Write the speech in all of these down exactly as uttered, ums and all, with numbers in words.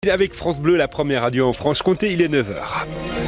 Avec France Bleu, la première radio en Franche-Comté, il est neuf heures.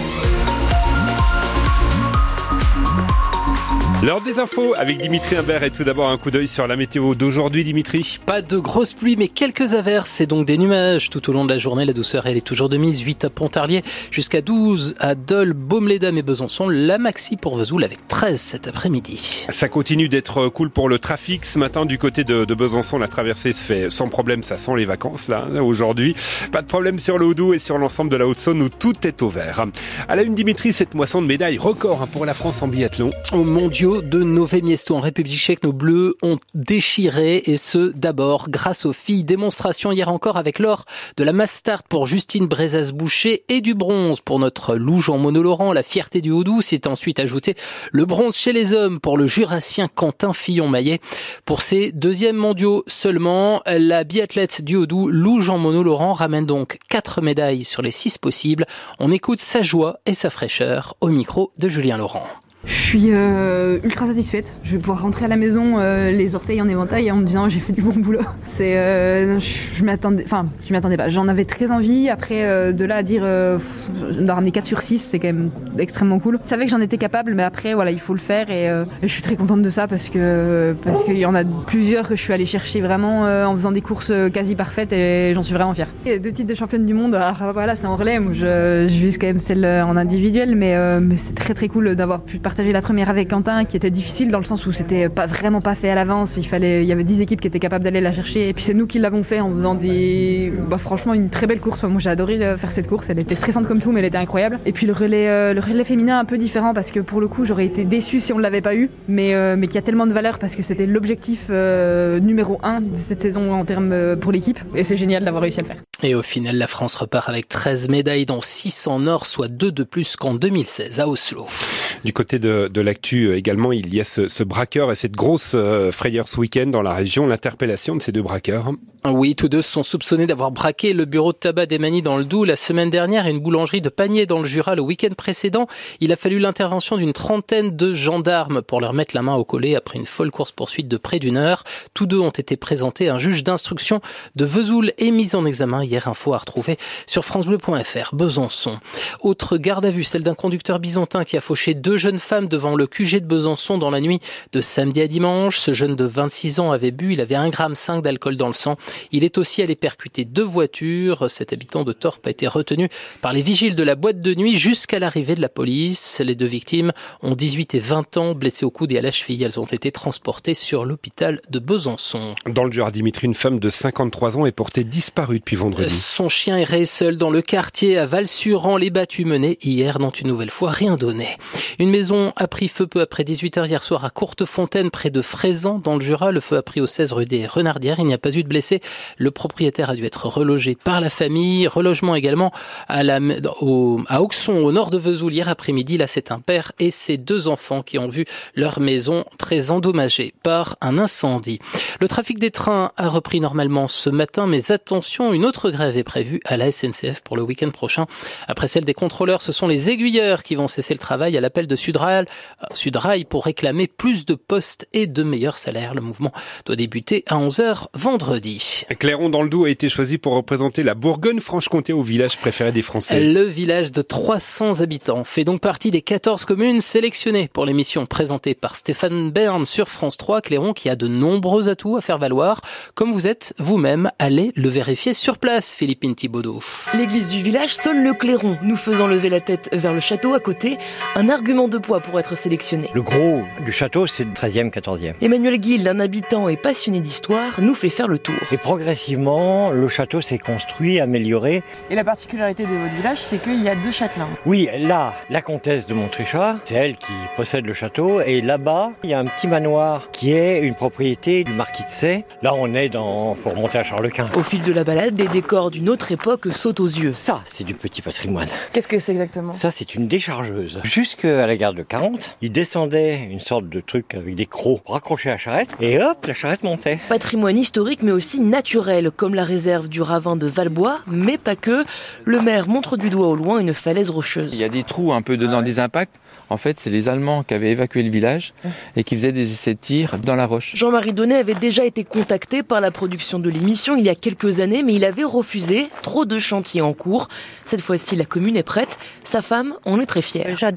L'heure des infos avec Dimitri Imbert et tout d'abord un coup d'œil sur la météo d'aujourd'hui, Dimitri. Pas de grosses pluies mais quelques averses et donc des nuages tout au long de la journée. La douceur elle est toujours de mise, huit à Pontarlier jusqu'à douze à Dole, Baume-les-Dames et Besançon. La maxi pour Vesoul avec treize cet après-midi. Ça continue d'être cool pour le trafic. Ce matin du côté de, de Besançon, la traversée se fait sans problème. Ça sent les vacances là aujourd'hui. Pas de problème sur le Hodoux et sur l'ensemble de la Haute-Saône où tout est au vert. À la une, Dimitri, cette moisson de médailles record pour la France en biathlon. Au mondiaux de Nové Miesto en République tchèque, nos Bleus ont déchiré et ce d'abord grâce aux filles. Démonstration hier encore avec l'or de la mass start pour Justine Brezas-Boucher et du bronze pour notre Lou Jean Monod Laurent. La fierté du Hodoux s'est ensuite ajouté le bronze chez les hommes pour le Jurassien Quentin Fillon-Maillet. Pour ces deuxièmes mondiaux seulement, la biathlète du Hodoux Lou Jean Monod Laurent ramène donc quatre médailles sur les six possibles. On écoute sa joie et sa fraîcheur au micro de Julien Laurent. Je suis euh, ultra satisfaite. Je vais pouvoir rentrer à la maison euh, les orteils en éventail en me disant j'ai fait du bon boulot. C'est, euh, je, je m'attendais, enfin, je m'y attendais pas. J'en avais très envie. Après, euh, de là à dire euh, de ramener quatre sur six, c'est quand même extrêmement cool. Je savais que j'en étais capable, mais après, voilà, il faut le faire et, euh, et je suis très contente de ça parce que parce qu'il y en a plusieurs que je suis allée chercher vraiment euh, en faisant des courses quasi parfaites et j'en suis vraiment fière. Il y a deux titres de championne du monde. Alors voilà, c'est en relais. Moi, je, je vise quand même celle en individuel, mais euh, mais c'est très très cool d'avoir pu partager partager la première avec Quentin qui était difficile dans le sens où c'était pas vraiment pas fait à l'avance. Il fallait, il y avait dix équipes qui étaient capables d'aller la chercher et puis c'est nous qui l'avons fait en faisant des, bah, franchement une très belle course. Moi j'ai adoré faire cette course. Elle était stressante comme tout mais elle était incroyable. Et puis le relais, euh, le relais féminin un peu différent parce que pour le coup j'aurais été déçue si on ne l'avait pas eu, mais euh, mais qui a tellement de valeur parce que c'était l'objectif euh, numéro un de cette saison en termes euh, pour l'équipe et c'est génial d'avoir réussi à le faire. Et au final la France repart avec treize médailles dont six en or, soit deux de plus qu'en deux mille seize à Oslo. Du côté de, de l'actu également, il y a ce, ce braqueur et cette grosse euh, frayeur ce week-end dans la région, l'interpellation de ces deux braqueurs. Oui, tous deux sont soupçonnés d'avoir braqué le bureau de tabac d'Emani dans le Doubs la semaine dernière et une boulangerie de Panier dans le Jura le week-end précédent. Il a fallu l'intervention d'une trentaine de gendarmes pour leur mettre la main au collet après une folle course-poursuite de près d'une heure. Tous deux ont été présentés à un juge d'instruction de Vesoul et mis en examen. Hier, info à retrouver sur francebleu point fr. Besançon. Autre garde à vue, celle d'un conducteur bisontin qui a fauché deux jeunes femmes devant le Q G de Besançon dans la nuit de samedi à dimanche. Ce jeune de vingt-six ans avait bu, il avait un virgule cinq gramme d'alcool dans le sang. Il est aussi allé percuter deux voitures. Cet habitant de Torp a été retenu par les vigiles de la boîte de nuit jusqu'à l'arrivée de la police. Les deux victimes ont dix-huit et vingt ans, blessées au coude et à la cheville. Elles ont été transportées sur l'hôpital de Besançon. Dans le Jura, Dimitri, une femme de cinquante-trois ans est portée disparue depuis vendredi. Son chien errait seul dans le quartier à Val-sur-An. Les battues menées hier n'ont une nouvelle fois rien donné. Une maison a pris feu peu après dix-huit heures hier soir à Courtefontaine, près de Fraisans, dans le Jura. Le feu a pris au seize rue des Renardières. Il n'y a pas eu de blessés. Le propriétaire a dû être relogé par la famille. Relogement également à, la, au, à Auxon, au nord de Vesoul, hier après-midi. Là, c'est un père et ses deux enfants qui ont vu leur maison très endommagée par un incendie. Le trafic des trains a repris normalement ce matin, mais attention, une autre grève est prévue à la S N C F pour le week-end prochain. Après celle des contrôleurs, ce sont les aiguilleurs qui vont cesser le travail à l'appel de Sudrail, Sudrail pour réclamer plus de postes et de meilleurs salaires. Le mouvement doit débuter à onze heures vendredi. Clairon dans le Doubs a été choisi pour représenter la Bourgogne-Franche-Comté au village préféré des Français. Le village de trois cents habitants fait donc partie des quatorze communes sélectionnées pour l'émission présentée par Stéphane Bern sur France trois. Clairon qui a de nombreux atouts à faire valoir. Comme vous êtes vous-même allé le vérifier sur place, Philippine Thibaudot. L'église du village sonne le clairon, nous faisant lever la tête vers le château à côté. Un argument de poids pour être sélectionné. Le gros du château, c'est le treizième, quatorzième. Emmanuel Guil, un habitant et passionné d'histoire, nous fait faire le tour. Et progressivement, le château s'est construit, amélioré. Et la particularité de votre village, c'est qu'il y a deux châtelains. Oui, là, la comtesse de Montréchat, c'est elle qui possède le château. Et là-bas, il y a un petit manoir qui est une propriété du marquis de Sey. Là, on est dans, faut remonter à Charles Quint. Au fil de la balade, des décors d'une autre époque sautent aux yeux. Ça, c'est du petit patrimoine. Qu'est-ce que c'est exactement ? Ça, c'est une déchargeuse. Jusqu'à la gare de quarante, il descendait une sorte de truc avec des crocs raccrochés à la charrette. Et hop, la charrette montait. Patrimoine historique, mais aussi naturels, comme la réserve du ravin de Valbois, mais pas que. Le maire montre du doigt au loin une falaise rocheuse. Il y a des trous un peu dedans, des impacts. En fait, c'est les Allemands qui avaient évacué le village et qui faisaient des essais de tir dans la roche. Jean-Marie Donnet avait déjà été contacté par la production de l'émission il y a quelques années, mais il avait refusé. Trop de chantiers en cours. Cette fois-ci, la commune est prête. Sa femme en est très fière.